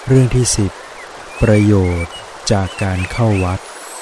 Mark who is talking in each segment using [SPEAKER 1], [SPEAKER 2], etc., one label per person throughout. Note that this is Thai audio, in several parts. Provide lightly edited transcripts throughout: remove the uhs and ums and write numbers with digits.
[SPEAKER 1] เรื่องที่10ประโยชน์จากการเข้าวัด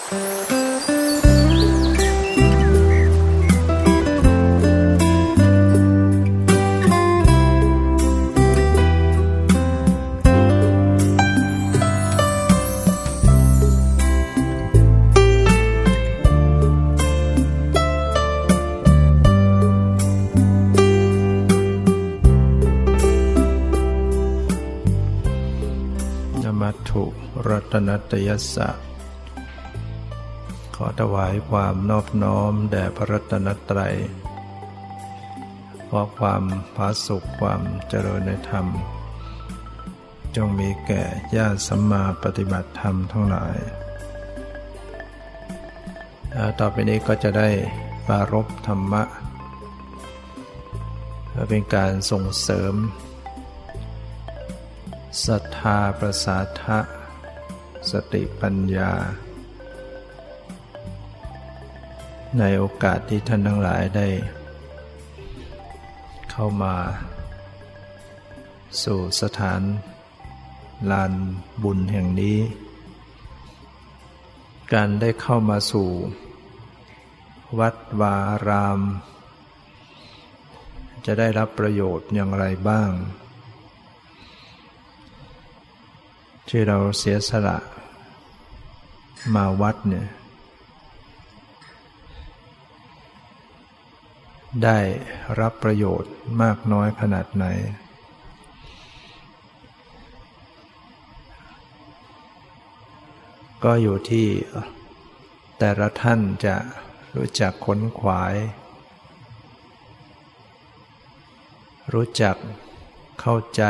[SPEAKER 2] รัตนัตยัสสะขอถวายความนอบน้อมแด่พระรัตนตรัยขอความผาสุขความเจริญในธรรมจงมีแก่ญาติสัมมาปฏิบัติธรรมทั้งหลายต่อไปนี้ก็จะได้ปรารภธรรมะเป็นการส่งเสริมศรัทธาประสาทะสติปัญญาในโอกาสที่ท่านทั้งหลายได้เข้ามาสู่สถานลานบุญแห่งนี้การได้เข้ามาสู่วัดวาอารามจะได้รับประโยชน์อย่างไรบ้างที่เราเสียสละมาวัดเนี่ยได้รับประโยชน์มากน้อยขนาดไหนก็อยู่ที่แต่ละท่านจะรู้จักขนขวายรู้จักเข้าใจ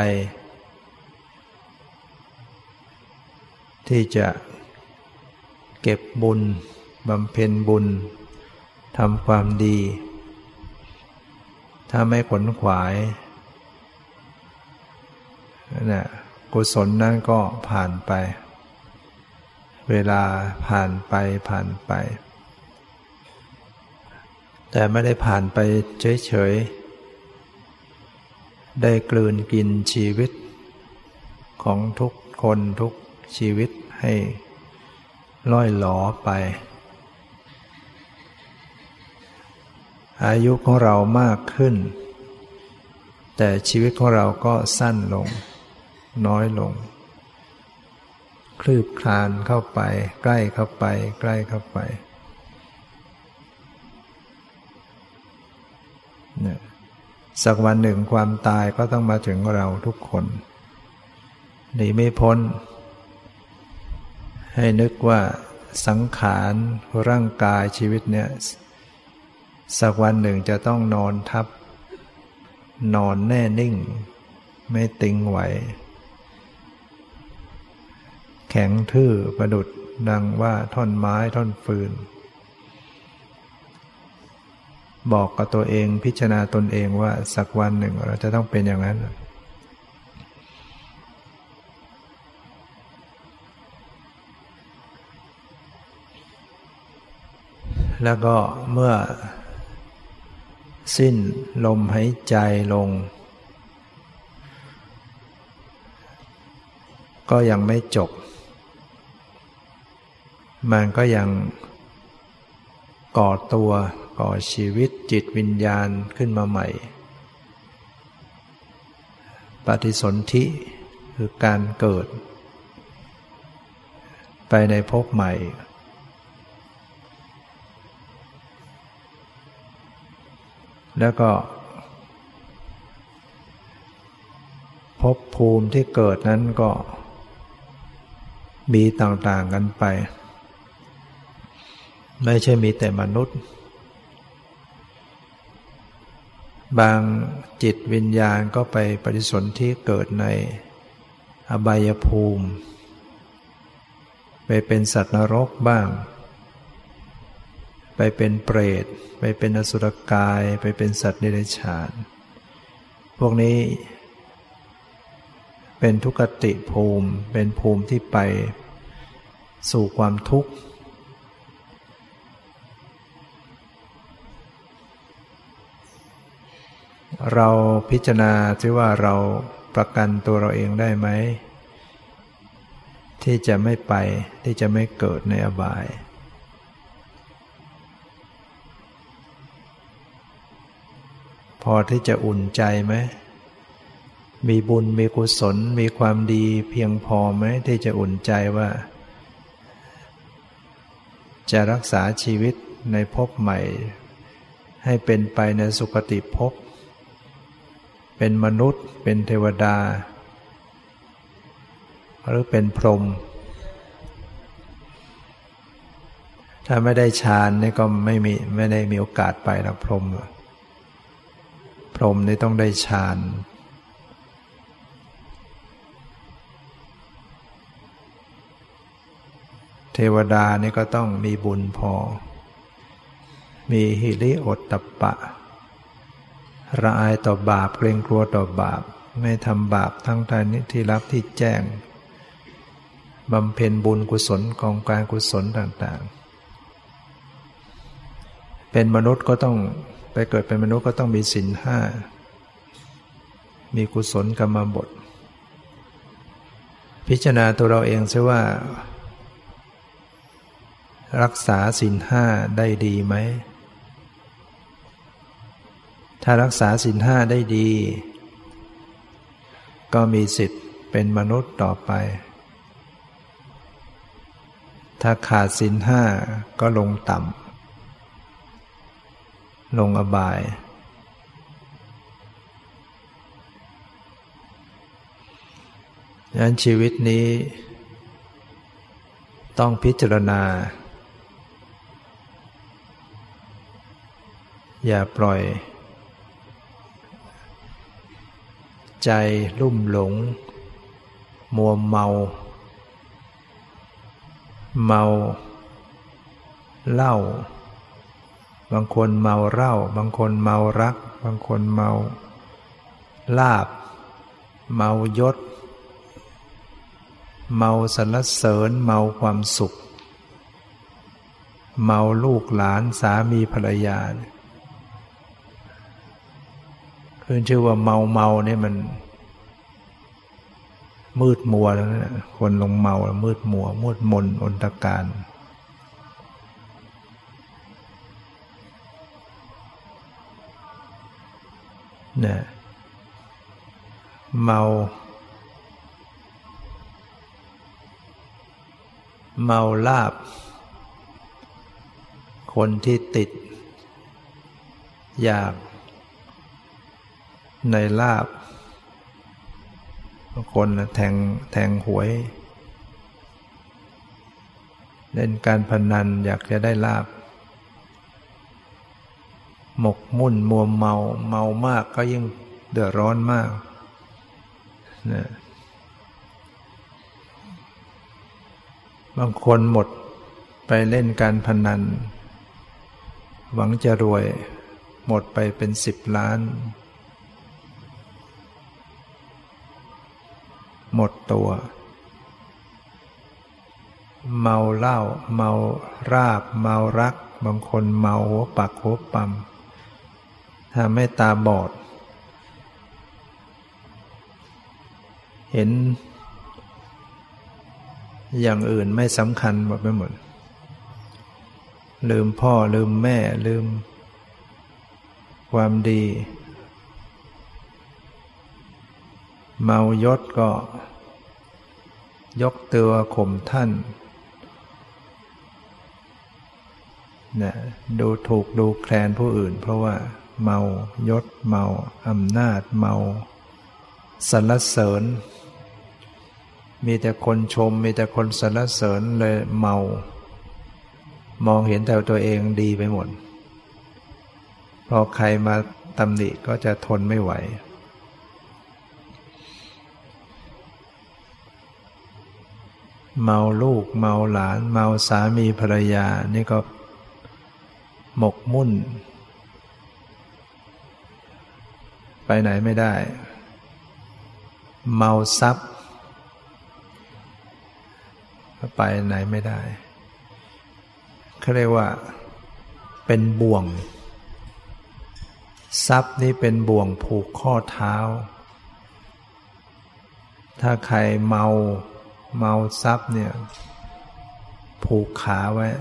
[SPEAKER 2] ที่จะเก็บบุญบำเพ็ญบุญทำความดีถ้าไม่ขนขวายนะกุศลนั้นก็ผ่านไปเวลาผ่านไปแต่ไม่ได้ผ่านไปเฉยๆได้กลืนกินชีวิตของทุกคนทุกชีวิตให้ล่อยหลอไปอายุของเรามากขึ้นแต่ชีวิตของเราก็สั้นลงน้อยลงคลืบคลานเข้าไปใกล้เข้าไปเนี่ยสักวันหนึ่งความตายก็ต้องมาถึงเราทุกคนหนีไม่พ้นให้นึกว่าสังขารร่างกายชีวิตเนี่ยสักวันหนึ่งจะต้องนอนทับนอนแน่นิ่งไม่ติงไหวแข็งทื่อประดุจดังว่าท่อนไม้ท่อนฟืนบอกกับตัวเองพิจารณาตนเองว่าสักวันหนึ่งเราจะต้องเป็นอย่างนั้นแล้วก็เมื่อสิ้นลมหายใจลงก็ยังไม่จบมันก็ยังก่อชีวิตจิตวิญญาณขึ้นมาใหม่ปฏิสนธิคือการเกิดไปในภพใหม่แล้วก็ภพภูมิที่เกิดนั้นก็มีต่างๆกันไปไม่ใช่มีแต่มนุษย์บางจิตวิญญาณก็ไปปฏิสนธิเกิดในอบายภูมิไปเป็นสัตว์นรกบ้างไปเป็นเปรตไปเป็นอสุรกายไปเป็นสัตว์เดรัจฉานพวกนี้เป็นทุกขติภูมิเป็นภูมิที่ไปสู่ความทุกข์เราพิจารณาที่ว่าเราประกันตัวเราเองได้ไหมที่จะไม่ไปที่จะไม่เกิดในอบายพอที่จะอุ่นใจไหมมีบุญมีกุศลมีความดีเพียงพอไหมที่จะอุ่นใจว่าจะรักษาชีวิตในภพใหม่ให้เป็นไปในสุคติภพเป็นมนุษย์เป็นเทวดาหรือเป็นพรหมถ้าไม่ได้ฌานนี่ก็ไม่ได้มีโอกาสไปหรอกพรหมนี่ต้องได้ฌานเทวดานี่ก็ต้องมีบุญพอมีหิริโอตตัปปะละอายต่อบาปเกรงกลัวต่อบาปไม่ทำบาปทั้งที่รับที่แจ้งบำเพ็ญบุญกุศลกองการกุศลต่างๆเป็นมนุษย์ก็ต้องไปเกิดเป็นมนุษย์ก็ต้องมีศีลห้ามีกุศลกรรมบทพิจารณาตัวเราเองซิว่ารักษาศีลห้าได้ดีไหมถ้ารักษาศีลห้าได้ดีก็มีสิทธิ์เป็นมนุษย์ต่อไปถ้าขาดศีลห้าก็ลงต่ำลงอบายดังนั้นชีวิตนี้ต้องพิจารณาอย่าปล่อยใจลุ่มหลงมัวเมาเหล้าบางคนเมาเหล้าบางคนเมารักบางคนเมาลาภเมายศเมาสรรเสริญเมาความสุขเมาลูกหลานสามีภรรยาคือชื่อว่าเมาเนี่ยมันมืดมัวแล้วนะคนลงเมาแล้วมืดมัวมืดมนอนตการเนี่ยเมาลาภคนที่ติดอยากในลาภบางคนแทงหวยเล่นการพนันอยากจะได้ลาภหมกมุ่นมัวเมามากก็ยิ่งเดือดร้อนมากนะบางคนหมดไปเล่นการพนันหวังจะรวยหมดไปเป็น10 ล้านหมดตัวเมาเหล้าเมาราบเมารักบางคนเมาหัวปักหัวปั๊มถ้าไม่ตาบอดเห็นอย่างอื่นไม่สำคัญหมดไปหมดลืมพ่อลืมแม่ลืมความดีเมายศก็ยกตัวข่มท่านเนี่ยดูถูกดูแคลนผู้อื่นเพราะว่าเมายศเมาอำนาจเมาสรรเสริญมีแต่คนชมมีแต่คนสรรเสริญเลยเมามองเห็นแต่ตัวเองดีไปหมดพอใครมาตำหนิก็จะทนไม่ไหวเมาลูกเมาหลานเมาสามีภรรยานี่ก็หมกมุ่นไปไหนไม่ได้เมาทรัพย์ไปไหนไม่ได้เขาเรียกว่าเป็นบ่วงทรัพย์นี้เป็นบ่วงผูกข้อเท้าถ้าใครเมาเมาทรัพย์เนี่ยผูกขาไว้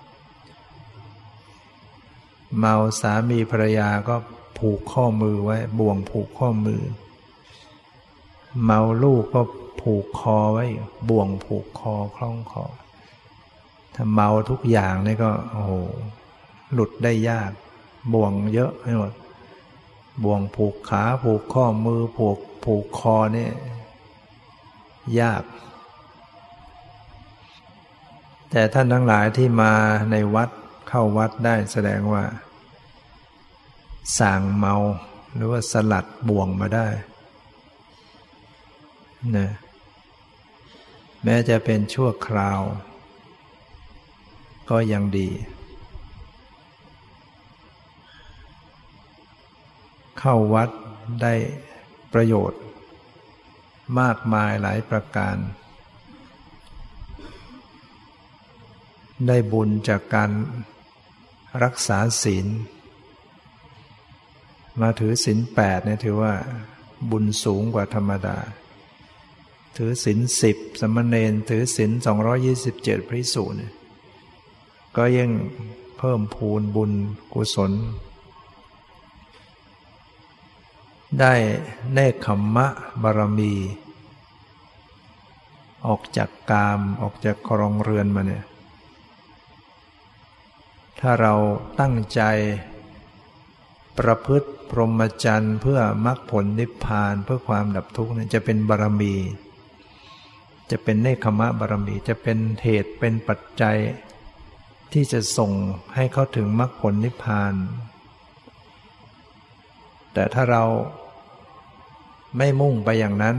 [SPEAKER 2] เมาสามีภรรยาก็ผูกข้อมือไว้บ่วงผูกข้อมือเมาลูกก็ผูกคอไว้บ่วงผูกคอคล้องคอถ้าเมาทุกอย่างนี่ก็โอ้โหหลุดได้ยากบ่วงเยอะไปหมดบ่วงผูกขาผูกข้อมือผูกคอเนี่ยยากแต่ท่านทั้งหลายที่มาในวัดเข้าวัดได้แสดงว่าส่างเมาหรือว่าสลัดบ่วงมาได้นะแม้จะเป็นชั่วคราวก็ยังดีเข้าวัดได้ประโยชน์มากมายหลายประการได้บุญจากการรักษาศีลมาถือศีล8เนี่ยถือว่าบุญสูงกว่าธรรมดาถือศีล10สมณเณรถือศีล227ภิกษุเนี่ยก็ยิ่งเพิ่มพูนบุญกุศลได้เนกขัมมะบารมีออกจากกามออกจากครองเรือนมาเนี่ยถ้าเราตั้งใจประพฤติพรหมจรรย์เพื่อมรรคผลนิพพานเพื่อความดับทุกข์เนี่ยจะเป็นบารมีจะเป็นเนกขัมมะบารมีจะเป็นเหตุเป็นปัจจัยที่จะส่งให้เข้าถึงมรรคผลนิพพานแต่ถ้าเราไม่มุ่งไปอย่างนั้น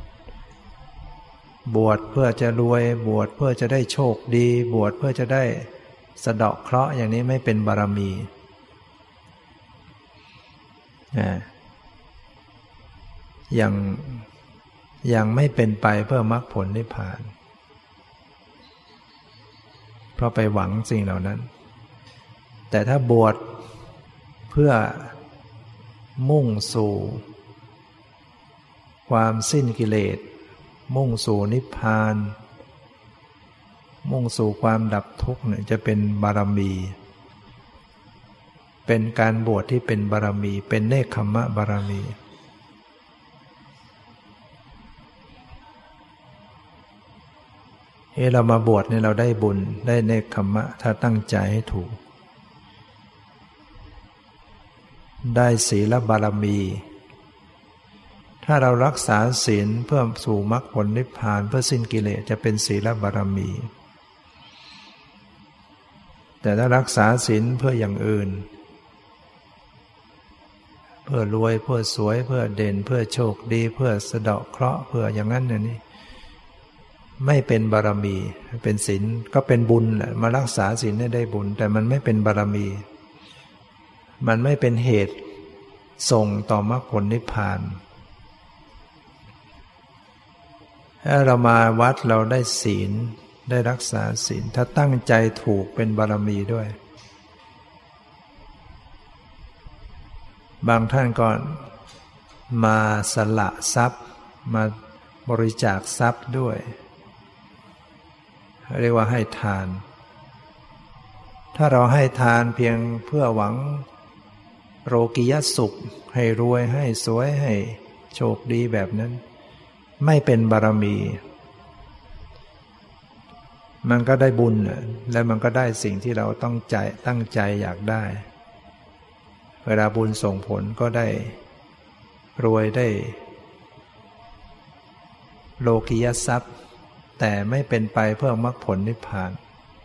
[SPEAKER 2] บวชเพื่อจะรวยบวชเพื่อจะได้โชคดีบวชเพื่อจะได้สะเดาะเคราะห์อย่างนี้ไม่เป็นบารมียังไม่เป็นไปเพื่อมรรคผลนิพพานเพราะไปหวังสิ่งเหล่านั้นแต่ถ้าบวชเพื่อมุ่งสู่ความสิ้นกิเลสมุ่งสู่นิพพานมุ่งสู่ความดับทุกข์เนี่ยจะเป็นบารมีเป็นการบวชที่เป็นบารมีเป็นเนกขัมมะบารมีเรามาบวชเนี่ยเราได้บุญได้เนกขัมมะถ้าตั้งใจให้ถูกได้ศีลบารมีถ้าเรารักษาศีลเพื่อสู่มรรคผลนิพพานเพื่อสิ้นกิเลสจะเป็นศีลบารมีแต่ถ้ารักษาศีลเพื่ออย่างอื่นเพื่อรวยเพื่อสวยเพื่อเด่นเพื่อโชคดีเพื่อสะเดาะเคราะห์เพื่ออย่างนั้นอย่างนี้ไม่เป็นบารมีเป็นศีลก็เป็นบุญแหละมารักษาศีลได้บุญแต่มันไม่เป็นบารมีมันไม่เป็นเหตุส่งต่อมรรคผลนิพพานถ้าเรามาวัดเราได้ศีลได้รักษาศีลถ้าตั้งใจถูกเป็นบารมีด้วยบางท่านก็มาสละทรัพย์มาบริจาคทรัพย์ด้วยเรียกว่าให้ทานถ้าเราให้ทานเพียงเพื่อหวังโลกิยสุขให้รวยให้สวยให้โชคดีแบบนั้นไม่เป็นบารมีมันก็ได้บุญและมันก็ได้สิ่งที่เราตั้งใจอยากได้เวลาบุญส่งผลก็ได้รวยได้โลกิยทรัพย์แต่ไม่เป็นไปเพื่อมรรคผลนิพพาน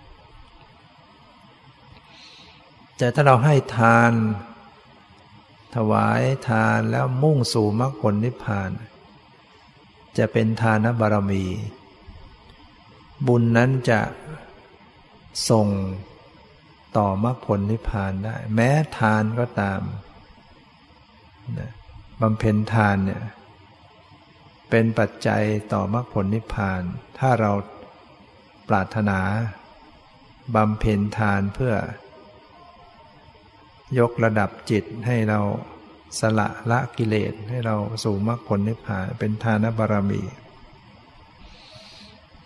[SPEAKER 2] แต่ถ้าเราให้ทานถวายทานแล้วมุ่งสู่มรรคผลนิพพานจะเป็นทานบารมีบุญนั้นจะส่งต่อมรรคผลนิพพานได้แม้ทานก็ตามบำเพ็ญทานเนี่ยเป็นปัจจัยต่อมรรคผลนิพพานถ้าเราปรารถนาบำเพ็ญทานเพื่อยกระดับจิตให้เราสละกิเลสให้เราสู่มรรคผลนิพพานเป็นทานบารมี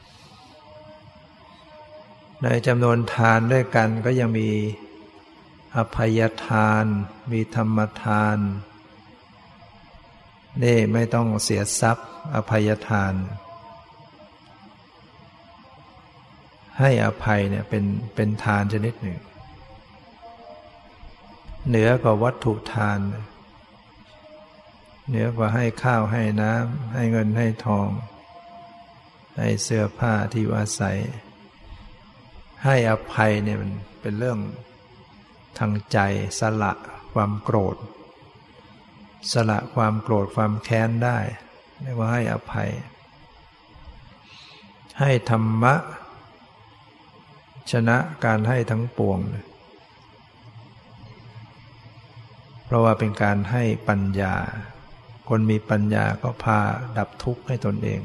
[SPEAKER 2] ในจำนวนทานด้วยกันก็ยังมีอภัยทานมีธรรมทานนี่ไม่ต้องเสียทรัพย์อภัยทานให้อภัยเนี่ยเป็นทานชนิดหนึ่งเหนือกว่าวัตถุทานเหนือกว่าให้ข้าวให้น้ำให้เงินให้ทองให้เสื้อผ้าที่อยู่อาศัยให้อภัยเนี่ยมันเป็นเรื่องทางใจสละความโกรธสละความโกรธความแค้นได้เรียกว่าให้อภัยให้ธรรมะชนะการให้ทั้งปวงเพราะว่าเป็นการให้ปัญญาคนมีปัญญาก็พาดับทุกข์ให้ตนเอง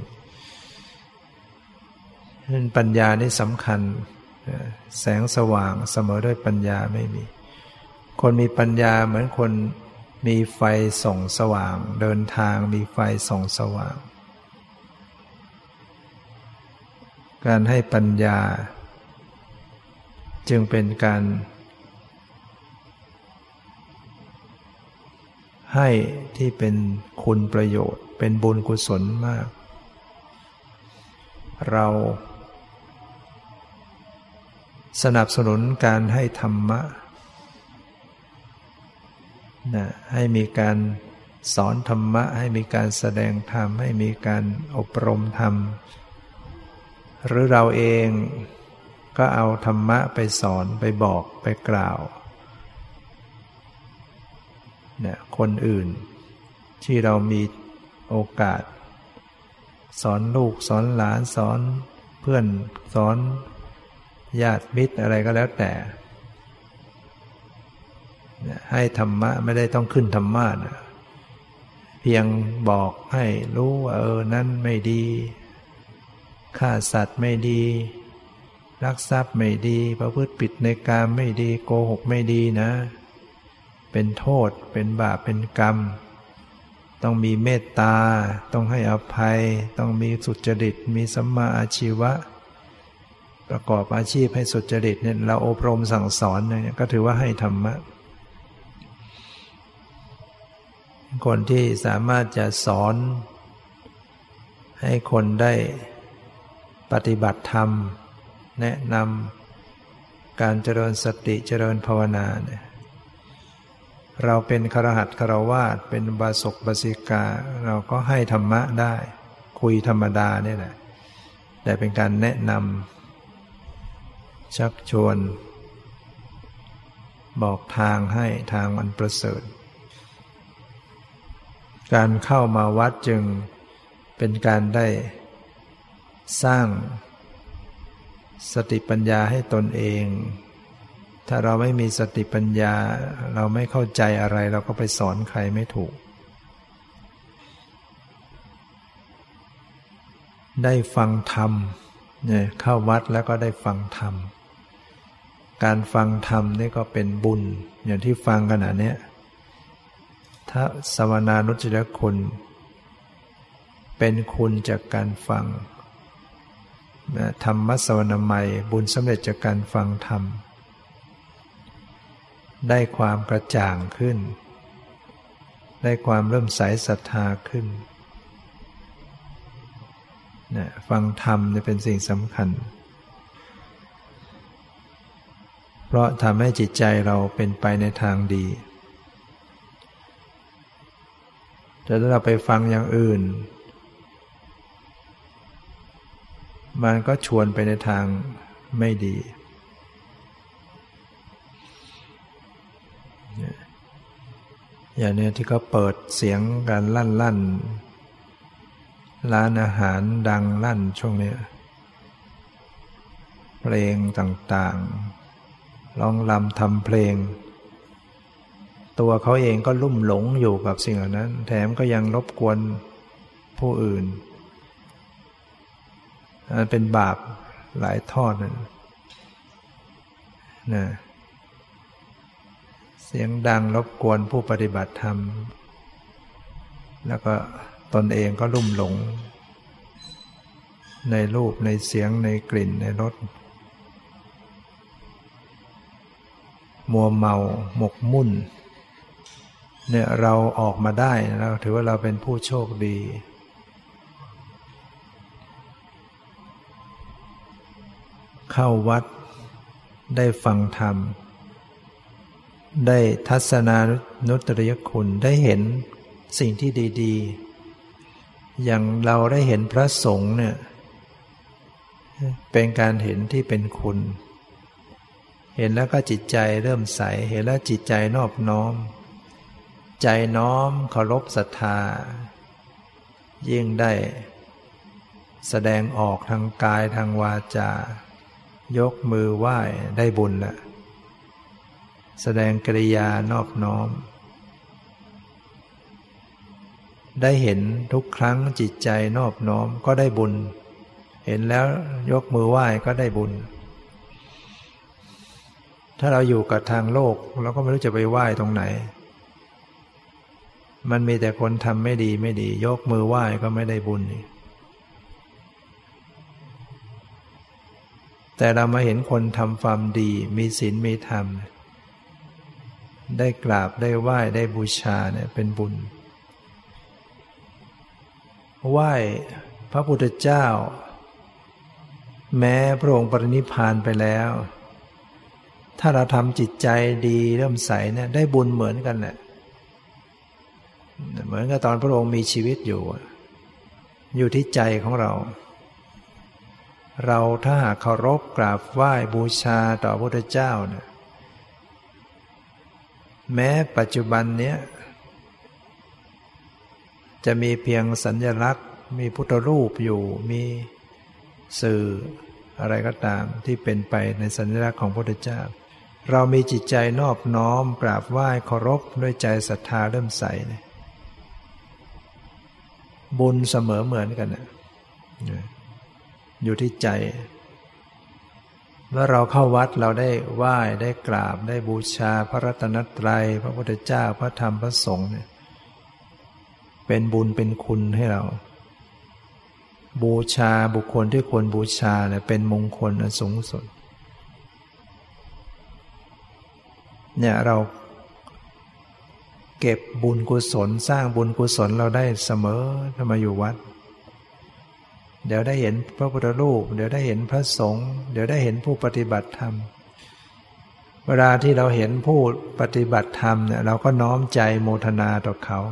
[SPEAKER 2] ปัญญานี่สำคัญแสงสว่างเสมอด้วยปัญญาไม่มีคนมีปัญญาเหมือนคนมีไฟส่องสว่างเดินทางมีไฟส่องสว่างการให้ปัญญาจึงเป็นการให้ที่เป็นคุณประโยชน์เป็นบุญกุศลมากเราสนับสนุนการให้ธรรมะให้มีการสอนธรรมะให้มีการแสดงธรรมให้มีการอบรมธรรมหรือเราเองก็เอาธรรมะไปสอนไปบอกไปกล่าวคนอื่นที่เรามีโอกาสสอนลูกสอนหลานสอนเพื่อนสอนญาติมิตรอะไรก็แล้วแต่ให้ธรรมะไม่ได้ต้องขึ้นธรรมะนะเพียงบอกให้รู้ว่านั่นไม่ดีฆ่าสัตว์ไม่ดีลักทรัพย์ไม่ดีประพฤติผิดในกามไม่ดีโกหกไม่ดีนะเป็นโทษเป็นบาปเป็นกรรมต้องมีเมตตาต้องให้อภัยต้องมีสุจริตมีสัมมาอาชีวะประกอบอาชีพให้สุจริตเนี่ยเราอบรมสั่งสอนเนี่ยก็ถือว่าให้ธรรมะคนที่สามารถจะสอนให้คนได้ปฏิบัติธรรมแนะนำการเจริญสติเจริญภาวนาเนี่ยเราเป็นคฤหัสถ์ฆราวาสเป็นอุบาสกอุบาสิกาเราก็ให้ธรรมะได้คุยธรรมดาเนี่ยแหละแต่เป็นการแนะนำชักชวนบอกทางให้ทางอันประเสริฐการเข้ามาวัดจึงเป็นการได้สร้างสติปัญญาให้ตนเองถ้าเราไม่มีสติปัญญาเราไม่เข้าใจอะไรเราก็ไปสอนใครไม่ถูกได้ฟังธรรมเนี่ยเข้าวัดแล้วก็ได้ฟังธรรมการฟังธรรมนี่ก็เป็นบุญอย่างที่ฟังขณะนี้ถ้าสวนานุจจคุณเป็นคุณจากการฟังธรรมสวนามัยบุญสำเร็จจากการฟังธรรมได้ความกระจ่างขึ้นได้ความเริ่มใสศรัทธาขึ้นฟังธรรมเนี่ยเป็นสิ่งสำคัญเพราะทำให้จิตใจเราเป็นไปในทางดีแต่ถ้าเราไปฟังอย่างอื่นมันก็ชวนไปในทางไม่ดีอย่างนี้ที่เขาเปิดเสียงกันลั่นร้านอาหารดังลั่นช่วงนี้เพลงต่างๆร้องรำทำเพลงตัวเขาเองก็ลุ่มหลงอยู่กับสิ่งเหล่านั้นแถมก็ยังรบกวนผู้อื่นเป็นบาปหลายทอดนะเสียงดังรบกวนผู้ปฏิบัติธรรมแล้วก็ตนเองก็ลุ่มหลงในรูปในเสียงในกลิ่นในรสมัวเมาหมกมุ่นเนี่ยเราออกมาได้เราถือว่าเราเป็นผู้โชคดีเข้าวัดได้ฟังธรรมได้ทัศนานุตริยคุณได้เห็นสิ่งที่ดีๆอย่างเราได้เห็นพระสงฆ์เนี่ยเป็นการเห็นที่เป็นคุณเห็นแล้วก็จิตใจเริ่มใสเห็นแล้วจิตใจนอบน้อมใจน้อมเคารพศรัทธายิ่งได้แสดงออกทางกายทางวาจายกมือไหว้ได้บุญละแสดงกริยานอบน้อมได้เห็นทุกครั้งจิตใจนอบน้อมก็ได้บุญเห็นแล้วยกมือไหว้ก็ได้บุญถ้าเราอยู่กับทางโลกเราก็ไม่รู้จะไปไหว้ตรงไหนมันมีแต่คนทำไม่ดีไม่ดียกมือไหว้ก็ไม่ได้บุญแต่เรามาเห็นคนทำความดีมีศีลมีธรรมได้กราบได้ไหว้ได้บูชาเนี่ยเป็นบุญไหว้พระพุทธเจ้าแม้พระองค์ปรินิพพานไปแล้วถ้าเราทำจิตใจดีเริ่มใสเนี่ยได้บุญเหมือนกันแหละเหมือนกับตอนพระองค์มีชีวิตอยู่ที่ใจของเราถ้าหากเคารพกราบไหว้บูชาต่อพระพุทธเจ้าเนี่ยแม้ปัจจุบันเนี้ยจะมีเพียงสัญลักษณ์มีพุทธรูปอยู่มีสื่ออะไรก็ตามที่เป็นไปในสัญลักษณ์ของพระพุทธเจ้าเรามีจิตใจนอบน้อมกราบไหว้เคารพด้วยใจศรัทธาเริ่มใสเนี่ยบุญเสมอเหมือนกันนะอยู่ที่ใจเมื่อเราเข้าวัดเราได้ไหว้ได้กราบได้บูชาพระรัตนตรัยพระพุทธเจ้าพระธรรมพระสงฆ์เนี่ยเป็นบุญเป็นคุณให้เราบูชาบุคคลที่ควรบูชาเนี่ยเป็นมงคลอันสูงสุดเนี่ยเราเก็บบุญกุศลสร้างบุญกุศลเราได้เสมอถ้ามาอยู่วัดเดี๋ยวได้เห็นพระพุทธรูปเดี๋ยวได้เห็นพระสงฆ์เดี๋ยวได้เห็นผู้ปฏิบัติธรรมเวลาที่เราเห็นผู้ปฏิบัติธรรมเนี่ยเราก็น้อมใจโมทนาต่อเขา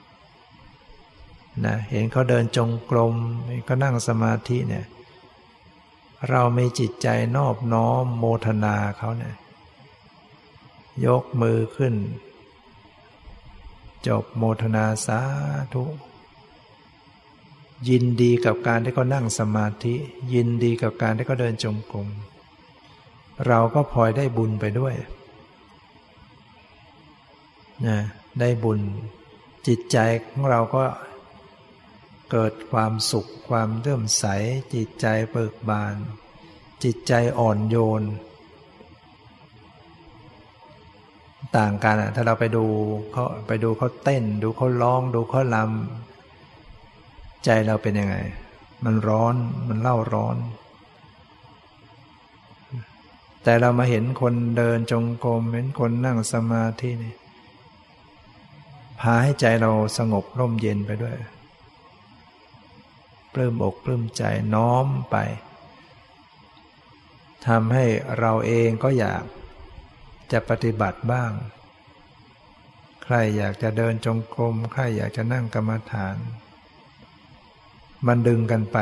[SPEAKER 2] นะเห็นเขาเดินจงกรมก็นั่งสมาธิเนี่ยเรามีจิตใจนอบน้อมโมทนาเขาเนี่ยยกมือขึ้นจบโมทนาสาธุยินดีกับการที่เขานั่งสมาธิยินดีกับการที่เขาเดินจงกรมเราก็พลอยได้บุญไปด้วยนะได้บุญจิตใจของเราก็เกิดความสุขความเลื่อมใสจิตใจเบิกบานจิตใจอ่อนโยนต่างกันถ้าเราไปดูเขาเต้นดูเขาร้องดูเขารำใจเราเป็นยังไงมันร้อนมันเล่าร้อนแต่เรามาเห็นคนเดินจงกรมเห็นคนนั่งสมาธินี่พาให้ใจเราสงบร่มเย็นไปด้วยปลื้มอกปลื้มใจน้อมไปทำให้เราเองก็อยากจะปฏิบัติบ้างใครอยากจะเดินจงกรมใครอยากจะนั่งกรรมฐานมันดึงกันไป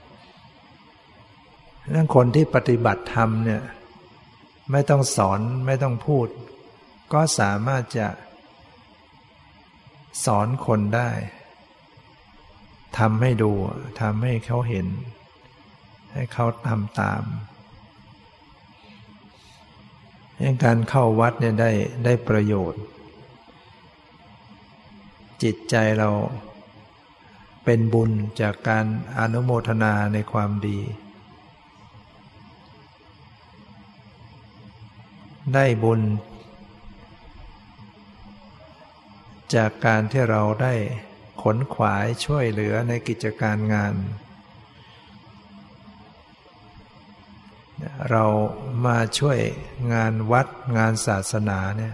[SPEAKER 2] เรื่องคนที่ปฏิบัติธรรมเนี่ยไม่ต้องสอนไม่ต้องพูดก็สามารถจะสอนคนได้ทำให้ดูทำให้เขาเห็นให้เขาทำตามการเข้าวัดเนี่ยได้ประโยชน์จิตใจเราเป็นบุญจากการอนุโมทนาในความดีได้บุญจากการที่เราได้ขนขวายช่วยเหลือในกิจการงานเรามาช่วยงานวัดงานศาสนาเนี่ย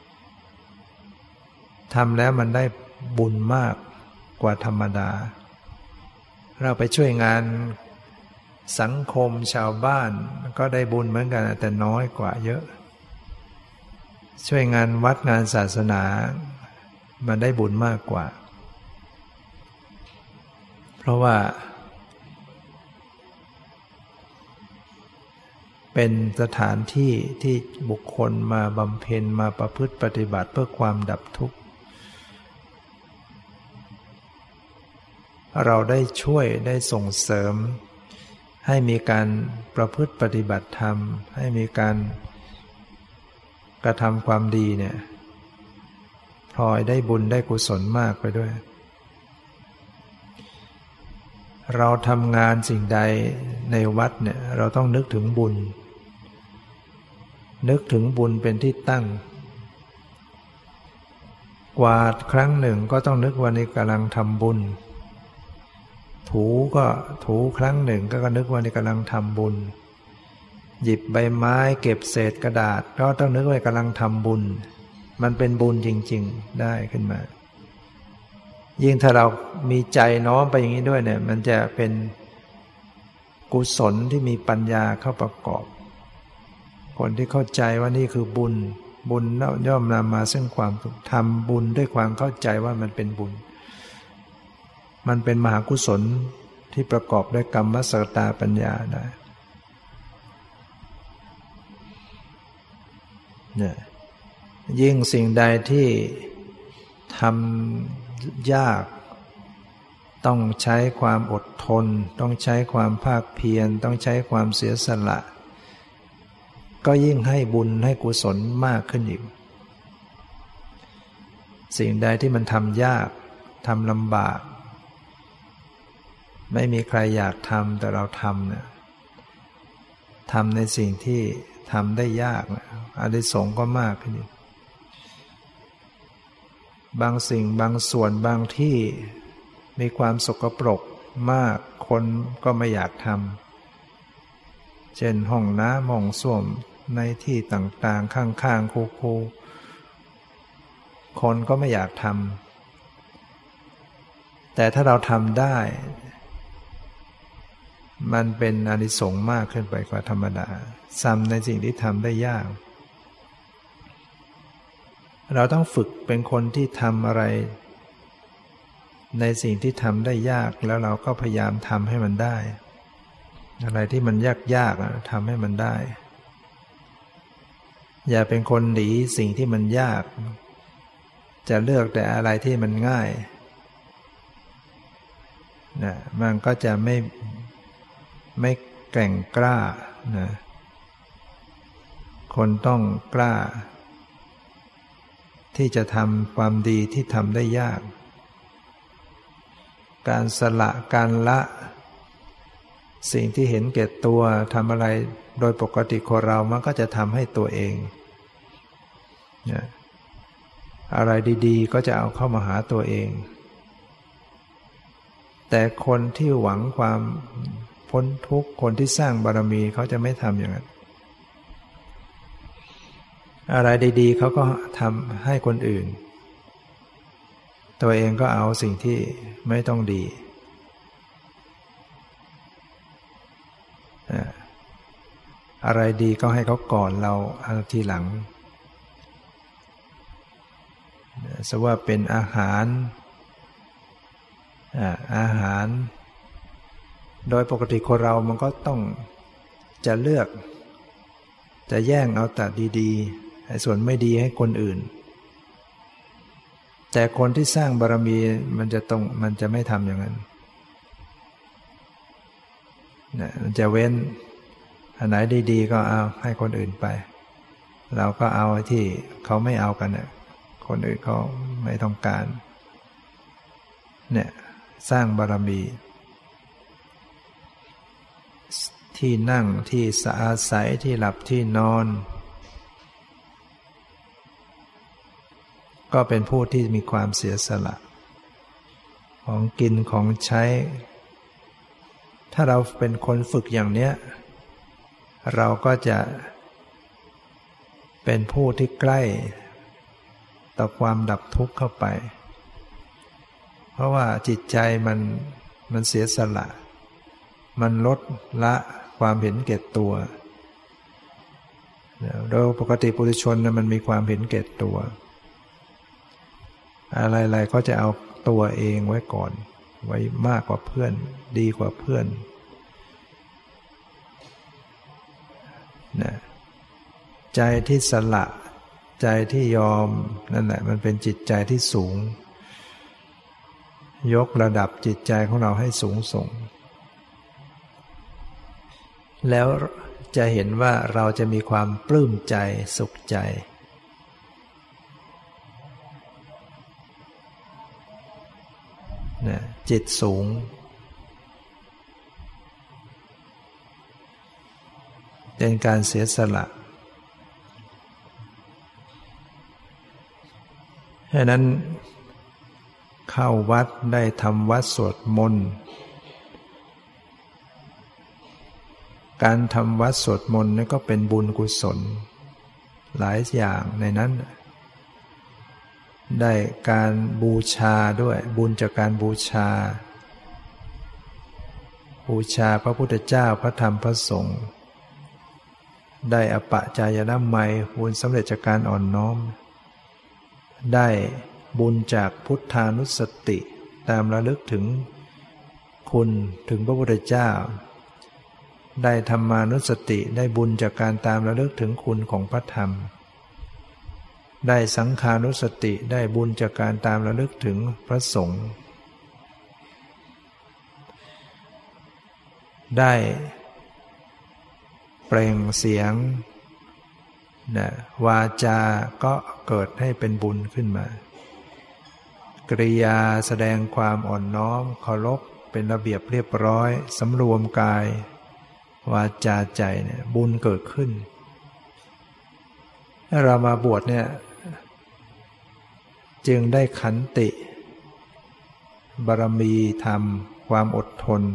[SPEAKER 2] ทำแล้วมันได้บุญมากกว่าธรรมดาเราไปช่วยงานสังคมชาวบ้านก็ได้บุญเหมือนกันแต่น้อยกว่าเยอะช่วยงานวัดงานศาสนามันได้บุญมากกว่าเพราะว่าเป็นสถานที่ที่บุคคลมาบำเพ็ญมาประพฤติปฏิบัติเพื่อความดับทุกข์เราได้ช่วยได้ส่งเสริมให้มีการประพฤติปฏิบัติธรรมให้มีการกระทำความดีเนี่ยพลอยได้บุญได้กุศลมากไปด้วยเราทำงานสิ่งใดในวัดเนี่ยเราต้องนึกถึงบุญนึกถึงบุญเป็นที่ตั้งกวาดครั้งหนึ่งก็ต้องนึกว่านี่กำลังทำบุญถูก็ถูครั้งหนึ่งก็นึกว่านี่กำลังทำบุญหยิบใบไม้เก็บเศษกระดาษก็ต้องนึกว่ากำลังทำบุญมันเป็นบุญจริงๆได้ขึ้นมายิ่งถ้าเรามีใจน้อมไปอย่างนี้ด้วยเนี่ยมันจะเป็นกุศลที่มีปัญญาเข้าประกอบคนที่เข้าใจว่านี่คือบุญบุญย่อมนำมาซึ่งความทำบุญด้วยความเข้าใจว่ามันเป็นบุญมันเป็นมหากุศลที่ประกอบด้วยกรรมสกตาปัญญาได้เนี่ยยิ่งสิ่งใดที่ทำยากต้องใช้ความอดทนต้องใช้ความภาคเพียรต้องใช้ความเสียสละก็ยิ่งให้บุญให้กุศลมากขึ้นอีกสิ่งใดที่มันทำยากทำลำบากไม่มีใครอยากทำแต่เราทำเนี่ยทำในสิ่งที่ทำได้ยากอานิสงส์ก็มากขึ้นอีกบางสิ่งบางส่วนบางที่มีความสกปรกมากคนก็ไม่อยากทำเช่นห้องน้ำห้องส้วมในที่ต่างๆข้างๆคูๆคนก็ไม่อยากทำแต่ถ้าเราทำได้มันเป็นอานิสงส์มากขึ้นไปกว่าธรรมดาซ้ำในสิ่งที่ทำได้ยากเราต้องฝึกเป็นคนที่ทำอะไรในสิ่งที่ทำได้ยากแล้วเราก็พยายามทำให้มันได้อะไรที่มันยากๆทำให้มันได้อย่าเป็นคนหนีสิ่งที่มันยากจะเลือกแต่อะไรที่มันง่ายนะมันก็จะไม่แกร่งกล้านะคนต้องกล้าที่จะทำความดีที่ทำได้ยากการสละการละสิ่งที่เห็นแก่ตัวทำอะไรโดยปกติคนเรามันก็จะทำให้ตัวเองนะอะไรดีๆก็จะเอาเข้ามาหาตัวเองแต่คนที่หวังความพ้นทุกข์คนที่สร้างบารมีเขาจะไม่ทำอย่างนั้นอะไรดีๆเขาก็ทำให้คนอื่นตัวเองก็เอาสิ่งที่ไม่ต้องดีอะไรดีก็ให้เขาก่อนเราเอาทีหลังสมมุติว่าเป็นอาหารโดยปกติคนเรามันก็ต้องจะเลือกจะแย่งเอาแต่ดีๆส่วนไม่ดีให้คนอื่นแต่คนที่สร้างบารมีมันจะไม่ทำอย่างนั้นมันจะเว้นอันไหนดีๆก็เอาให้คนอื่นไปเราก็เอาที่เขาไม่เอากันเนี่ยคนอื่นเขาไม่ต้องการเนี่ยสร้างบารมีที่นั่งที่อาศัยที่หลับที่นอนก็เป็นผู้ที่มีความเสียสละของกินของใช้ถ้าเราเป็นคนฝึกอย่างเนี้ยเราก็จะเป็นผู้ที่ใกล้ต่อความดับทุกข์เข้าไปเพราะว่าจิตใจมันเสียสละมันลดละความเห็นแก่ตัวโดยปกติปุถุชนมันมีความเห็นแก่ตัวอะไรๆก็จะเอาตัวเองไว้ก่อนไว้มากกว่าเพื่อนดีกว่าเพื่อนนะใจที่สละใจที่ยอมนั่นแหละมันเป็นจิตใจที่สูงยกระดับจิตใจของเราให้สูงส่งแล้วจะเห็นว่าเราจะมีความปลื้มใจสุขใจนะจิตสูงเป็นการเสียสละฉะนั้นเข้าวัดได้ทำวัดสวดมนต์การทำวัดสวดมนต์นี่ก็เป็นบุญกุศลหลายอย่างในนั้นได้การบูชาด้วยบุญจากการบูชาพระพุทธเจ้าพระธรรมพระสงฆ์ได้อปจายนะไมยบุญสำเร็จจากการอ่อนน้อมได้บุญจากพุทธานุสติตามระลึกถึงคุณถึงพระพุทธเจ้าได้ธรรมานุสติได้บุญจากการตามระลึกถึงคุณของพระธรรมได้สังฆานุสติได้บุญจากการตามระลึกถึงพระสงฆ์ได้เปล่งเสียงนะวาจาก็เกิดให้เป็นบุญขึ้นมากริยาแสดงความอ่อนน้อมเคารพเป็นระเบียบเรียบร้อยสำรวมกายวาจาใจเนี่ยบุญเกิดขึ้นถ้าเรามาบวชเนี่ยจึงได้ขันติบารมีธรรมความอดทน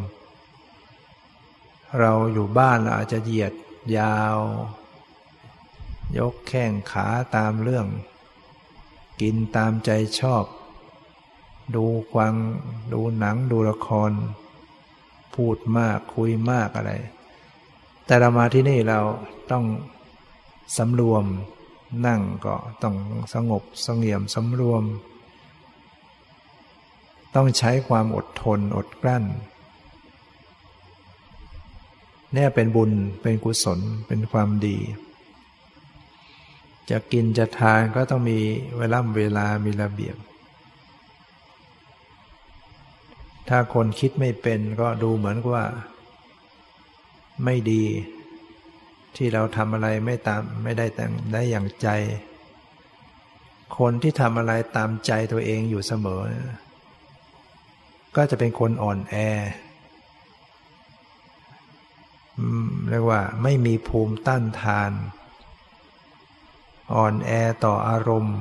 [SPEAKER 2] เราอยู่บ้านเราอาจจะเหยียดยาวยกแข้งขาตามเรื่องกินตามใจชอบดูฟังดูหนังดูละครพูดมากคุยมากอะไรแต่เรามาที่นี่เราต้องสำรวมนั่งก็ต้องสงบเสงี่ยมสำรวมต้องใช้ความอดทนอดกลั้นเนี่ยเป็นบุญเป็นกุศลเป็นความดีจะกินจะทานก็ต้องมีเวลามีระเบียบถ้าคนคิดไม่เป็นก็ดูเหมือนกับว่าไม่ดีที่เราทำอะไรไม่ได้อย่างใจคนที่ทำอะไรตามใจตัวเองอยู่เสมอก็จะเป็นคนอ่อนแอเรียกว่าไม่มีภูมิต้านทานอ่อนแอต่ออารมณ์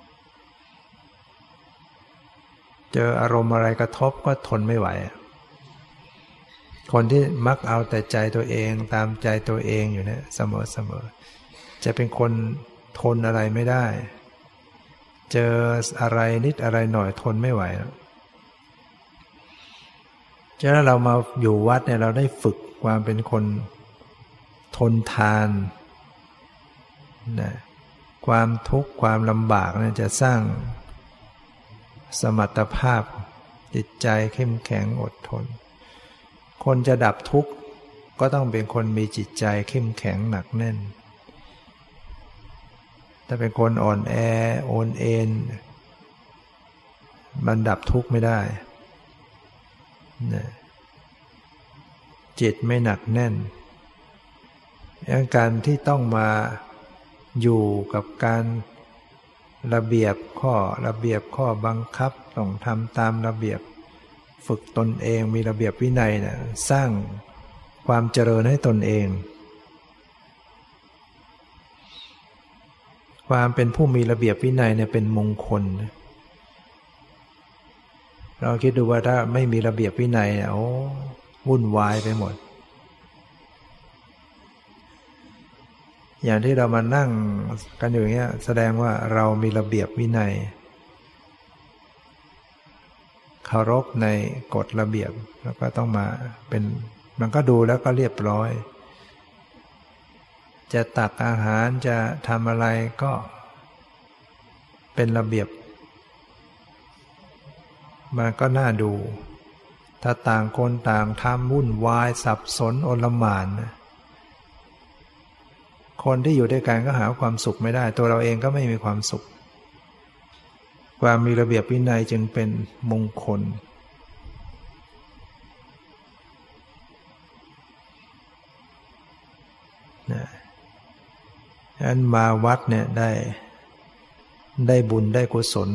[SPEAKER 2] เจออารมณ์อะไรกระทบก็ทนไม่ไหวคนที่มักเอาแต่ใจตัวเองตามใจตัวเองอยู่เนี่ยเสมอจะเป็นคนทนอะไรไม่ได้เจออะไรนิดอะไรหน่อยทนไม่ไหวแล้วฉะนั้นเรามาอยู่วัดเนี่ยเราได้ฝึกความเป็นคนทนทานนะความทุกข์ความลำบากเนี่ยจะสร้างสมรรถภาพจิตใจเข้มแข็งอดทนคนจะดับทุกข์ก็ต้องเป็นคนมีจิตใจเข้มแข็งหนักแน่นถ้าเป็นคนอ่อนแอโอนเอ็นมันดับทุกข์ไม่ได้นะจิตไม่หนักแน่นการที่ต้องมาอยู่กับการระเบียบข้อบังคับต้องทำตามระเบียบฝึกตนเองมีระเบียบวินัยนะสร้างความเจริญให้ตนเองความเป็นผู้มีระเบียบวินัยเนี่ยเป็นมงคลเราคิดดูว่าถ้าไม่มีระเบียบวินัยโอ้วุ่นวายไปหมดอย่างที่เรามานั่งกันอยู่อย่างเงี้ยแสดงว่าเรามีระเบียบวินัยเคารพในกฎระเบียบแล้วก็ต้องมาเป็นมันก็ดูแล้วก็เรียบร้อยจะตักอาหารจะทำอะไรก็เป็นระเบียบมันก็น่าดูถ้าต่างคนต่างทำวุ่นวายสับสนโอลหม่านคนที่อยู่ด้วยกันก็หาความสุขไม่ได้ตัวเราเองก็ไม่มีความสุขความมีระเบียบวินัยจึงเป็นมงคลนะฉะนั้นมาวัดเนี่ยได้บุญได้กุศล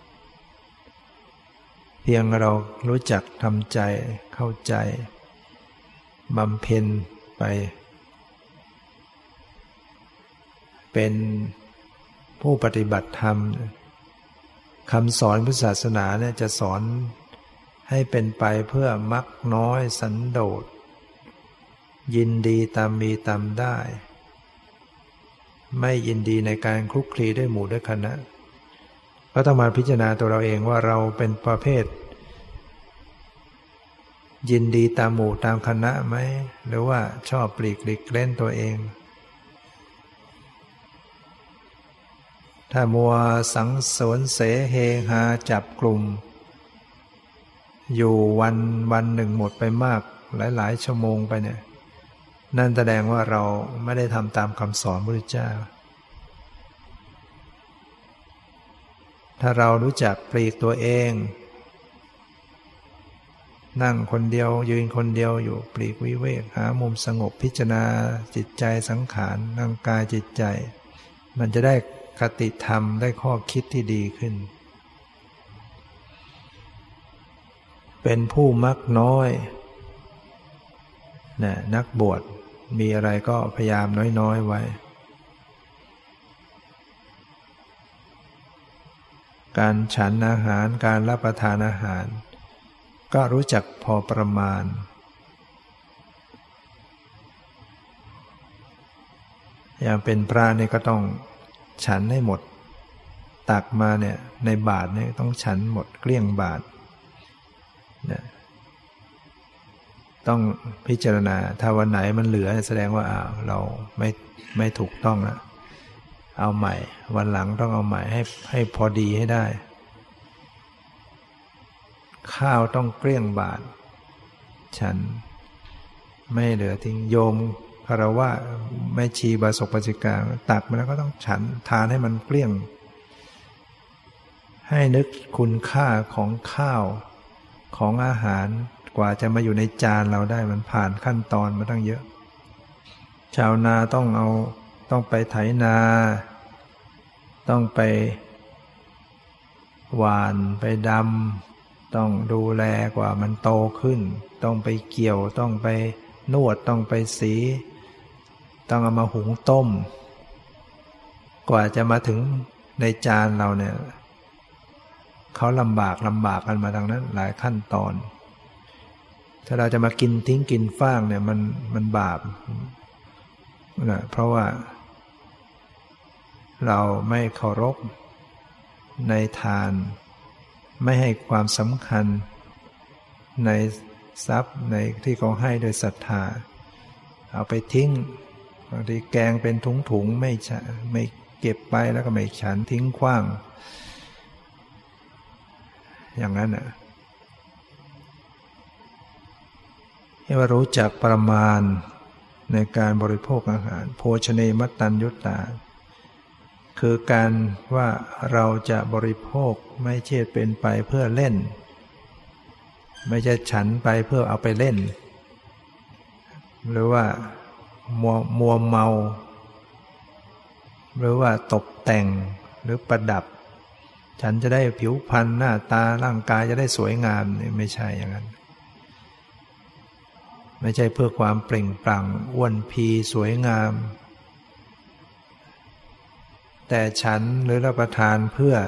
[SPEAKER 2] เพียงเรารู้จักทำใจเข้าใจบำเพ็ญไปเป็นผู้ปฏิบัติธรรมคำสอนพุทธศาสนาเนี่ยจะสอนให้เป็นไปเพื่อมรรคน้อยสันโดษยินดีตามมีตามได้ไม่ยินดีในการคลุกคลีด้วยหมู่ด้วยคณะก็ต้องมาพิจารณาตัวเราเองว่าเราเป็นประเภทยินดีตามหมู่ตามคณะไหมหรือว่าชอบปลีกหลีกเล่นตัวเองถ้ามัวสังสรรค์เสเฮฮาจับกลุ่มอยู่วันหนึ่งหมดไปมากหลายชั่วโมงไปเนี่ยนั่นแสดงว่าเราไม่ได้ทำตามคำสอนพระพุทธเจ้าถ้าเรารู้จักปลีกตัวเองนั่งคนเดียวยืนคนเดียวอยู่ปลีกวิเวกหามุมสงบพิจารณาจิตใจสังขารร่างกายจิตใจมันจะได้คติธรรมได้ข้อคิดที่ดีขึ้นเป็นผู้มักน้อยนะนักบวชมีอะไรก็พยายามน้อยๆไว้การฉันอาหารการรับประทานอาหารก็รู้จักพอประมาณอย่างเป็นพระนี่ก็ต้องฉันให้หมดตักมาเนี่ยในบาตรเนี่ยต้องฉันหมดเกลี้ยงบาตรเนี่ยต้องพิจารณาถ้าวันไหนมันเหลือแสดงว่าเราไม่ถูกต้องแล้วเอาใหม่วันหลังต้องเอาใหม่ให้พอดีให้ได้ข้าวต้องเกลี้ยงบาตรฉันไม่เหลือทิ้งโยมคารวะแม่ชีบาศกปัจจิกาตักมาแล้วก็ต้องฉันทานให้มันเกลี้ยงให้นึกคุณค่าของข้าวของอาหารกว่าจะมาอยู่ในจานเราได้มันผ่านขั้นตอนมาตั้งเยอะชาวนาต้องไปไถนาต้องไปหว่านไปดำต้องดูแลกว่ามันโตขึ้นต้องไปเกี่ยวต้องไปนวดต้องไปสีต้องเอามาหุงต้มกว่าจะมาถึงในจานเราเนี่ยเขาลำบากกันมาทางนั้นหลายขั้นตอนถ้าเราจะมากินทิ้งกินฟ้างเนี่ยมันบาปนะเพราะว่าเราไม่เคารพในทานไม่ให้ความสำคัญในทรัพย์ในที่เขาให้โดยศรัทธาเอาไปทิ้งบางทีแกงเป็นถุงๆไม่เก็บไปแล้วก็ไม่ฉันทิ้งขว้างอย่างนั้นน่ะให้ว่ารู้จักประมาณในการบริโภคอาหารโภชเนมัตตัญญุตตาคือการว่าเราจะบริโภคไม่ใช่เป็นไปเพื่อเล่นไม่ใช่ฉันไปเพื่อเอาไปเล่นหรือว่ามัวเมาหรือว่าตกแต่งหรือประดับฉันจะได้ผิวพรรณหน้าตาร่างกายจะได้สวยงามไม่ใช่อย่างนั้นไม่ใช่เพื่อความเปล่งปลั่งอ้วนพีสวยงามแต่ฉันหรือรับประทานเพื่อ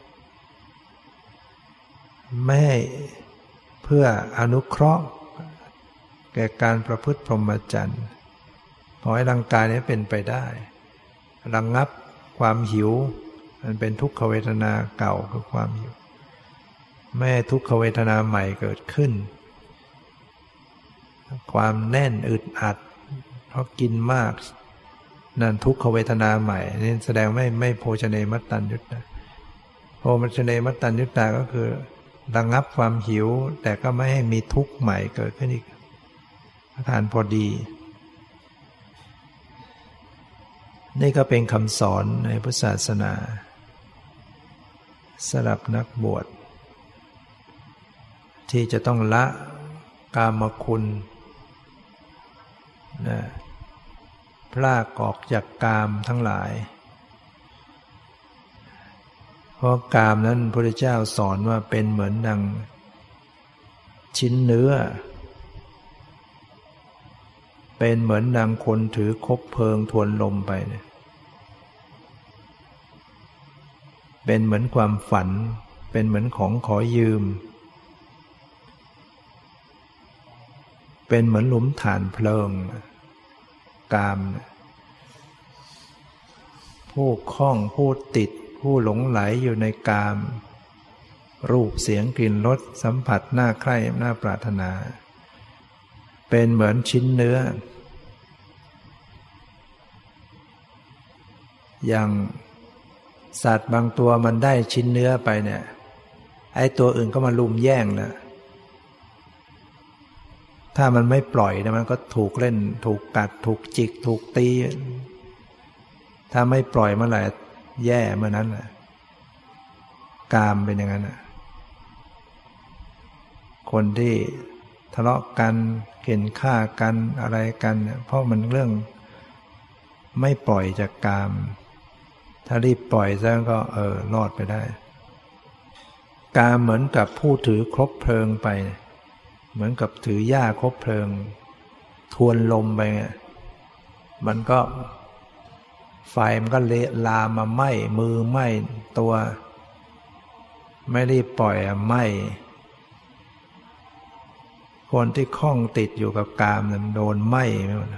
[SPEAKER 2] ไม่ให้เพื่ออนุเคราะห์แก่การประพฤติพรหมจรรย์ขอให้ร่างกายนี้เป็นไปได้ระงับความหิวมันเป็นทุกขเวทนาเก่าคือความหิวไม่ให้ทุกขเวทนาใหม่เกิดขึ้นความแน่นอึดอัดเพราะกินมากนั่นทุกขเวทนาใหม่นี่แสดงไม่โภชเนมัตตัญญุตาโภชเนมัตตัญญุตาก็คือระงับความหิวแต่ก็ไม่ให้มีทุกข์ใหม่เกิดขึ้นอีกทานพอดีนี่ก็เป็นคำสอนในพุทธศาสนาสำหรับนักบวชที่จะต้องละกามคุณนะพรากออกจากกามทั้งหลายเพราะกามนั้นพระพุทธเจ้าสอนว่าเป็นเหมือนดังชิ้นเนื้อเป็นเหมือนดังคนถือคบเพลิงทวนลมไปเนี่ยเป็นเหมือนความฝันเป็นเหมือนของขอยืมเป็นเหมือนหลุมฐานเพลิงกามผู้คล้องผู้ติดผู้หลงไหลอยู่ในกามรูปเสียงกลิ่นรสสัมผัสน่าใคร่น่าปรารถนาเป็นเหมือนชิ้นเนื้ออย่างสัตว์บางตัวมันได้ชิ้นเนื้อไปเนี่ยไอ้ตัวอื่นก็มาลุมแย่งนะถ้ามันไม่ปล่อยนะมันก็ถูกเล่นถูกกัดถูกจิกถูกตีถ้าไม่ปล่อยเมื่อไหร่แย่เมื่อนั้นแหละกามเป็นอย่างนั้นคนที่ทะเลาะกันเข็นฆ่ากันอะไรกันเพราะมันเรื่องไม่ปล่อยจากกามถ้ารีบปล่อยซะก็รอดไปได้กามเหมือนกับผู้ถือครบเพลิงไปเหมือนกับถือหญ้าคบเพลิงทวนลมไปมันก็ไฟมันก็ลามมาไหม้มือไหม้ตัวไม่รีบปล่อยไหม้คนที่คล้องติดอยู่กับกามนั้นโดนไหม้ไม่หมด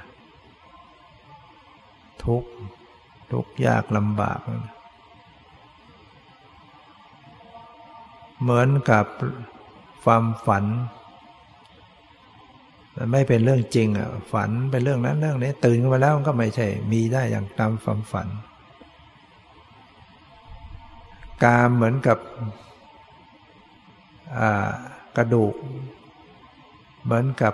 [SPEAKER 2] ทุกข์ยากลำบากเหมือนกับความฝันมันไม่เป็นเรื่องจริงฝันเป็นเรื่องนั้นเรื่องนี้ตื่นขึ้นมาแล้วมันก็ไม่ใช่มีได้อย่างตามความฝันกามเหมือนกับกระดูกเหมือนกับ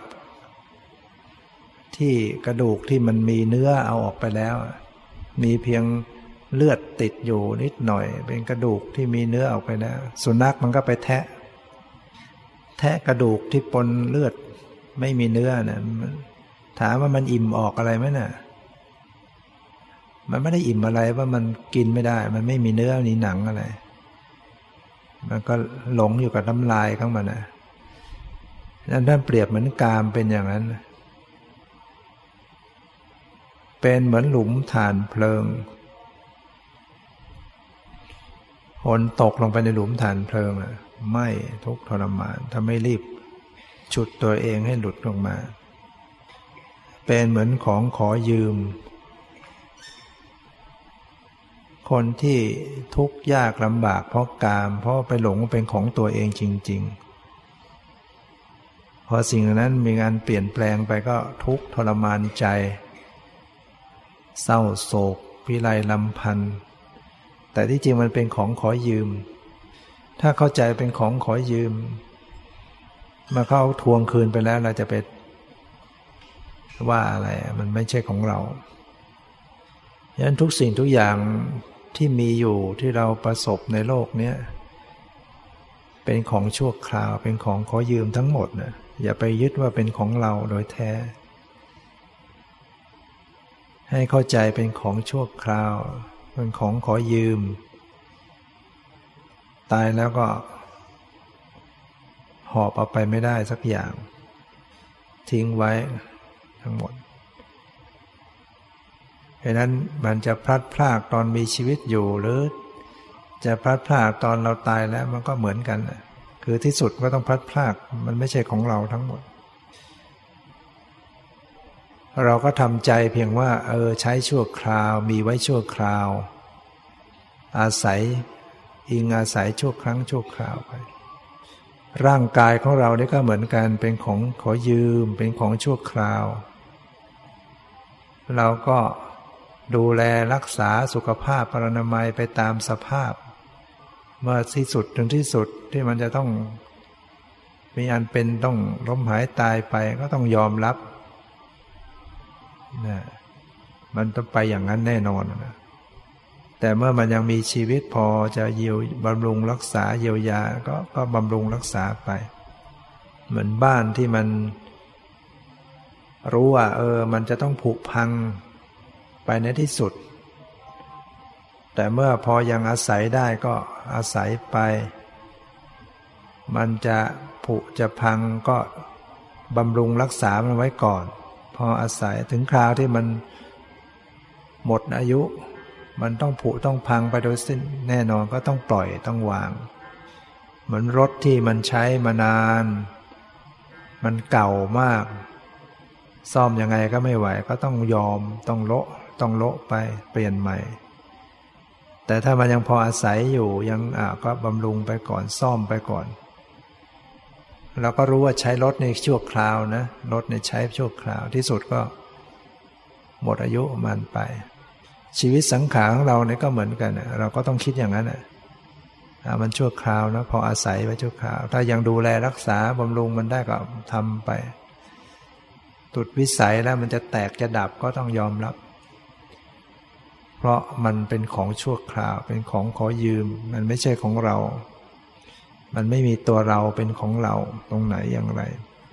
[SPEAKER 2] ที่กระดูกที่มันมีเนื้อเอาออกไปแล้วมีเพียงเลือดติดอยู่นิดหน่อยเป็นกระดูกที่มีเนื้อออกไปแล้วสุนัขมันก็ไปแทะกระดูกที่ปนเลือดไม่มีเนื้อนะถามว่ามันอิ่มออกอะไรไหมน่ะมันไม่ได้อิ่มอะไรว่ามันกินไม่ได้มันไม่มีเนื้อมีหนังอะไรมันก็หลงอยู่กับน้ำลายของมันนะนั่นท่านเปรียบเหมือนกามเป็นอย่างนั้นเป็นเหมือนหลุมฐานเพลิงคนตกลงไปในหลุมฐานเพลิงไหม้ทุกข์ทรมานถ้าไม่รีบฉุดตัวเองให้หลุดลงมาเป็นเหมือนของขอยืมคนที่ทุกข์ยากลำบากเพราะกามเพราะไปหลงเป็นของตัวเองจริงๆพอสิ่งนั้นมีการเปลี่ยนแปลงไปก็ทุกข์ทรมานใจเศร้าโศกพิไรลำพันธ์แต่ที่จริงมันเป็นของขอยืมถ้าเข้าใจเป็นของขอยืมมาเข้าทวงคืนไปแล้วเราจะไปว่าอะไรมันไม่ใช่ของเราฉะนั้นทุกสิ่งทุกอย่างที่มีอยู่ที่เราประสบในโลกนี้เป็นของชั่วคราวเป็นของขอยืมทั้งหมดนะอย่าไปยึดว่าเป็นของเราโดยแท้ให้เข้าใจเป็นของชั่วคราวเป็นของขอยืมตายแล้วก็หอบเอาไปไม่ได้สักอย่างทิ้งไว้ทั้งหมดเพราะนั้นมันจะพลัดพรากตอนมีชีวิตอยู่หรือจะพลัดพรากตอนเราตายแล้วมันก็เหมือนกันคือที่สุดก็ต้องพลัดพรากมันไม่ใช่ของเราทั้งหมดเราก็ทำใจเพียงว่าใช้ชั่วคราวมีไว้ชั่วคราวอาศัยอิงอาศัยชั่วครั้งชั่วคราวไปร่างกายของเรานี่ก็เหมือนกันเป็นของขอยืมเป็นของชั่วคราวเราก็ดูแลรักษาสุขภาพพรรณนามัยไปตามสภาพเมื่อที่สุดถึงที่สุดที่มันจะต้องมีอันเป็นต้องล้มหายตายไปก็ต้องยอมรับนะมันต้องไปอย่างนั้นแน่นอนนะแต่เมื่อมันยังมีชีวิตพอจะบำรุงรักษาเยียวยาก็บำรุงรักษาไปเหมือนบ้านที่มันรู้ว่ามันจะต้องผุพังไปในที่สุดแต่เมื่อพอยังอาศัยได้ก็อาศัยไปมันจะผุจะพังก็บำรุงรักษามันไว้ก่อนพออาศัยถึงคราวที่มันหมดอายุมันต้องผุต้องพังไปโดยสิ้นแน่นอนก็ต้องปล่อยต้องวางเหมือนรถที่มันใช้มานานมันเก่ามากซ่อมยังไงก็ไม่ไหวก็ต้องยอมต้องโละไปเปลี่ยนใหม่แต่ถ้ามันยังพออาศัยอยู่ยังก็บำรุงไปก่อนซ่อมไปก่อนเราก็รู้ว่าใช้รถในชั่วคราวนะรถในใช้ชั่วคราวที่สุดก็หมดอายุมันไปชีวิตสังขารของเราเนี่ยก็เหมือนกันเราก็ต้องคิดอย่างนั้นมันชั่วคราวนะพออาศัยไว้ชั่วคราวถ้ายังดูแลรักษาบำรุงมันได้ก็ทำไปตุดวิสัยแล้วมันจะแตกจะดับก็ต้องยอมรับเพราะมันเป็นของชั่วคราวเป็นของขอยืมมันไม่ใช่ของเรามันไม่มีตัวเราเป็นของเราตรงไหนอย่างไร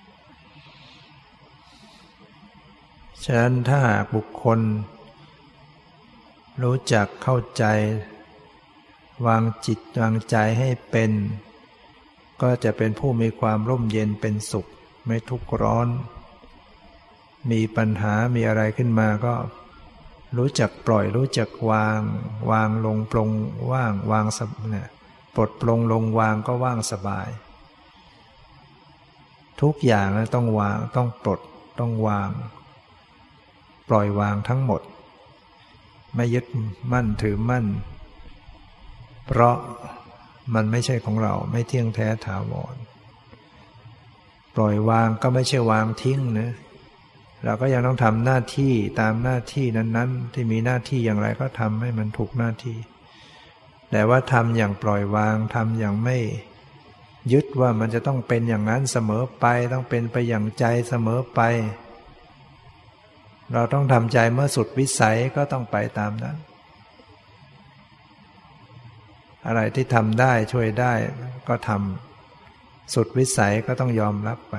[SPEAKER 2] ฉะนั้นถ้าหากบุคคลรู้จักเข้าใจวางจิตวางใจให้เป็นก็จะเป็นผู้มีความร่มเย็นเป็นสุขไม่ทุกข์ร้อนมีปัญหามีอะไรขึ้นมาก็รู้จักปล่อยรู้จักวางลงปลงว่างวางปลดปลงลงวางก็ว่างสบายทุกอย่างต้องวางต้องปลดต้องวางปล่อยวางทั้งหมดไม่ยึดมั่นถือมั่นเพราะมันไม่ใช่ของเราไม่เที่ยงแท้ถาวรปล่อยวางก็ไม่ใช่วางทิ้งนะเราก็ยังต้องทำหน้าที่ตามหน้าที่นั้นๆที่มีหน้าที่อย่างไรก็ทำให้มันถูกหน้าที่แต่ว่าทำอย่างปล่อยวางทำอย่างไม่ยึดว่ามันจะต้องเป็นอย่างนั้นเสมอไปต้องเป็นไปอย่างใจเสมอไปเราต้องทำใจเมื่อสุดวิสัยก็ต้องไปตามนั้นอะไรที่ทำได้ช่วยได้ก็ทำสุดวิสัยก็ต้องยอมรับไป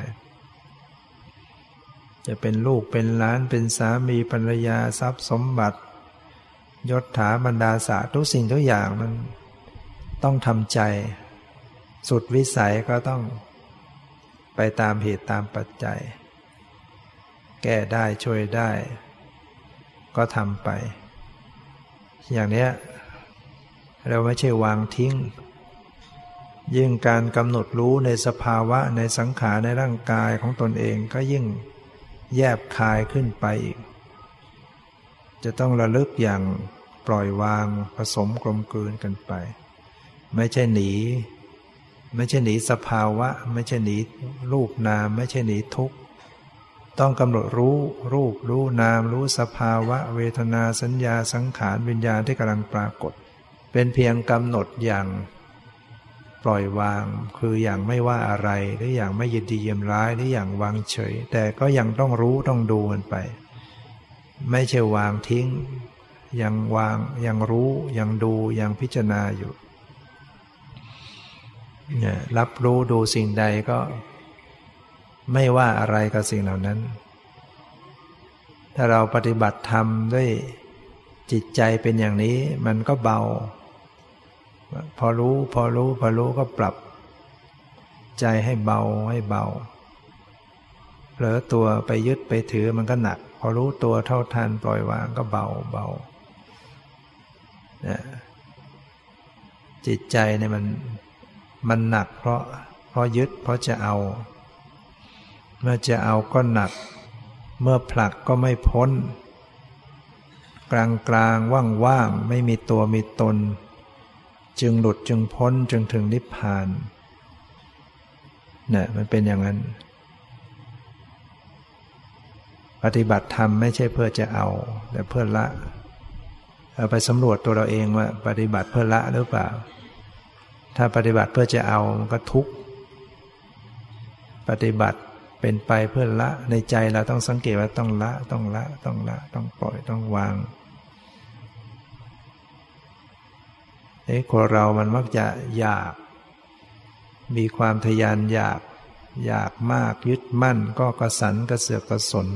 [SPEAKER 2] จะเป็นลูกเป็นหลานเป็นสามีภรรยาทรัพย์สมบัติยศถาบรรดาศักดิ์ทุกสิ่งทุกอย่างมันต้องทำใจสุดวิสัยก็ต้องไปตามเหตุตามปัจจัยแก้ได้ช่วยได้ก็ทำไปอย่างนี้เราไม่ใช่วางทิ้งยิ่งการกำหนดรู้ในสภาวะในสังขารในร่างกายของตนเองก็ยิ่งแยบคายขึ้นไปอีกจะต้องระลึกอย่างปล่อยวางผสมกลมกลืนกันไปไม่ใช่หนีสภาวะไม่ใช่หนีรูปนามไม่ใช่หนีทุกข์ต้องกำหนดรู้รูปรู้นามรู้สภาวะเวทนาสัญญาสังขารวิญญาณที่กำลังปรากฏเป็นเพียงกำหนดอย่างปล่อยวางคืออย่างไม่ว่าอะไรหรืออย่างไม่ยินดียินร้ายหรืออย่างวางเฉยแต่ก็ยังต้องรู้ต้องดูมันไปไม่ใช่วางทิ้งยังวางยังรู้ยังดูยังพิจารณาอยู่เนี่ยรับรู้ดูสิ่งใดก็ไม่ว่าอะไรกับสิ่งเหล่านั้นถ้าเราปฏิบัติธรรมด้วยจิตใจเป็นอย่างนี้มันก็เบาพอรู้ก็ปรับใจให้เบาเผลอตัวไปยึดไปถือมันก็หนักพอรู้ตัวเท่าทันปล่อยวางก็เบาจิตใจเนี่ยมันหนักเพราะยึดเพราะจะเอาเมื่อจะเอาก็หนักเมื่อผลักก็ไม่พ้นกลางว่างๆไม่มีตัวมีตนจึงหลุดจึงพ้นจึงถึงนิพพานเนี่ยมันเป็นอย่างนั้นปฏิบัติธรรมไม่ใช่เพื่อจะเอาแต่เพื่อละเอาไปสำรวจตัวเราเองว่าปฏิบัติเพื่อละหรือเปล่าถ้าปฏิบัติเพื่อจะเอามันก็ทุกข์ปฏิบัติเป็นไปเพื่อละในใจเราต้องสังเกตว่าต้องละต้องปล่อยต้องวางคนเรามันมักจะอยากมีความทะยานอยากมากยึดมั่นก็กระสันกระเสือกกระสน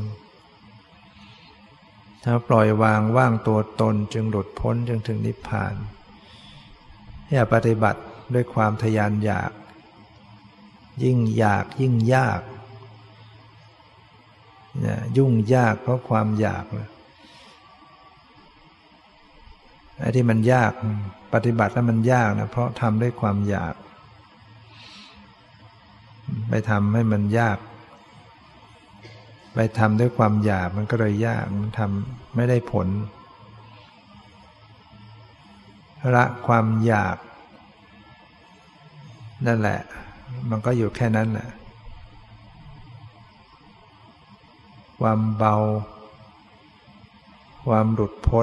[SPEAKER 2] ถ้าปล่อยวางว่างตัวตนจึงหลุดพ้นจึงถึงนิพพานอย่าปฏิบัติด้วยความทะยานอยากยิ่งอยากยิ่งยากยุ่งยากเพราะความอยากไอ้ที่มันยากปฏิบัติแล้วมันยากนะเพราะทำด้วยความอยากไปทำให้มันยากไปทำด้วยความอยากมันก็เลยยากมันทำไม่ได้ผลละความอยากนั่นแหละมันก็อยู่แค่นั้นแหละความเบาความหลุดพ้น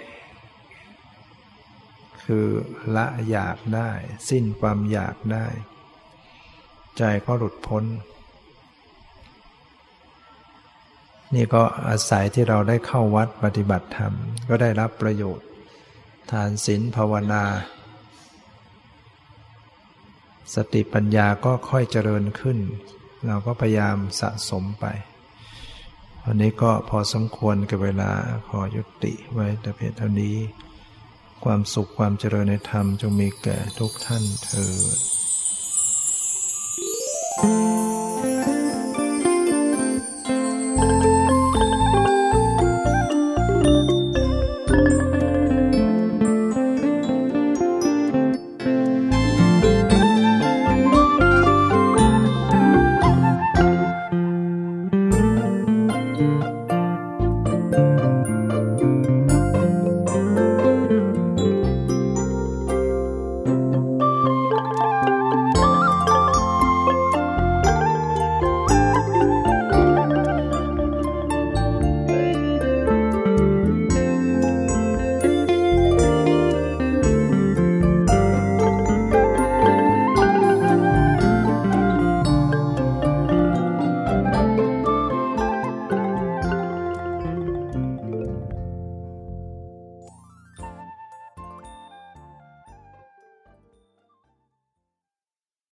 [SPEAKER 2] คือละอยากได้สิ้นความอยากได้ใจก็หลุดพ้นนี่ก็อาศัยที่เราได้เข้าวัดปฏิบัติธรรมก็ได้รับประโยชน์ทานศีลภาวนาสติปัญญาก็ค่อยเจริญขึ้นเราก็พยายามสะสมไปวันนี้ก็พอสมควรกับเวลาขอยุติไว้แต่เพียงเท่านี้ความสุขความเจริญในธรรมจงมีแก่ทุกท่านเทอญ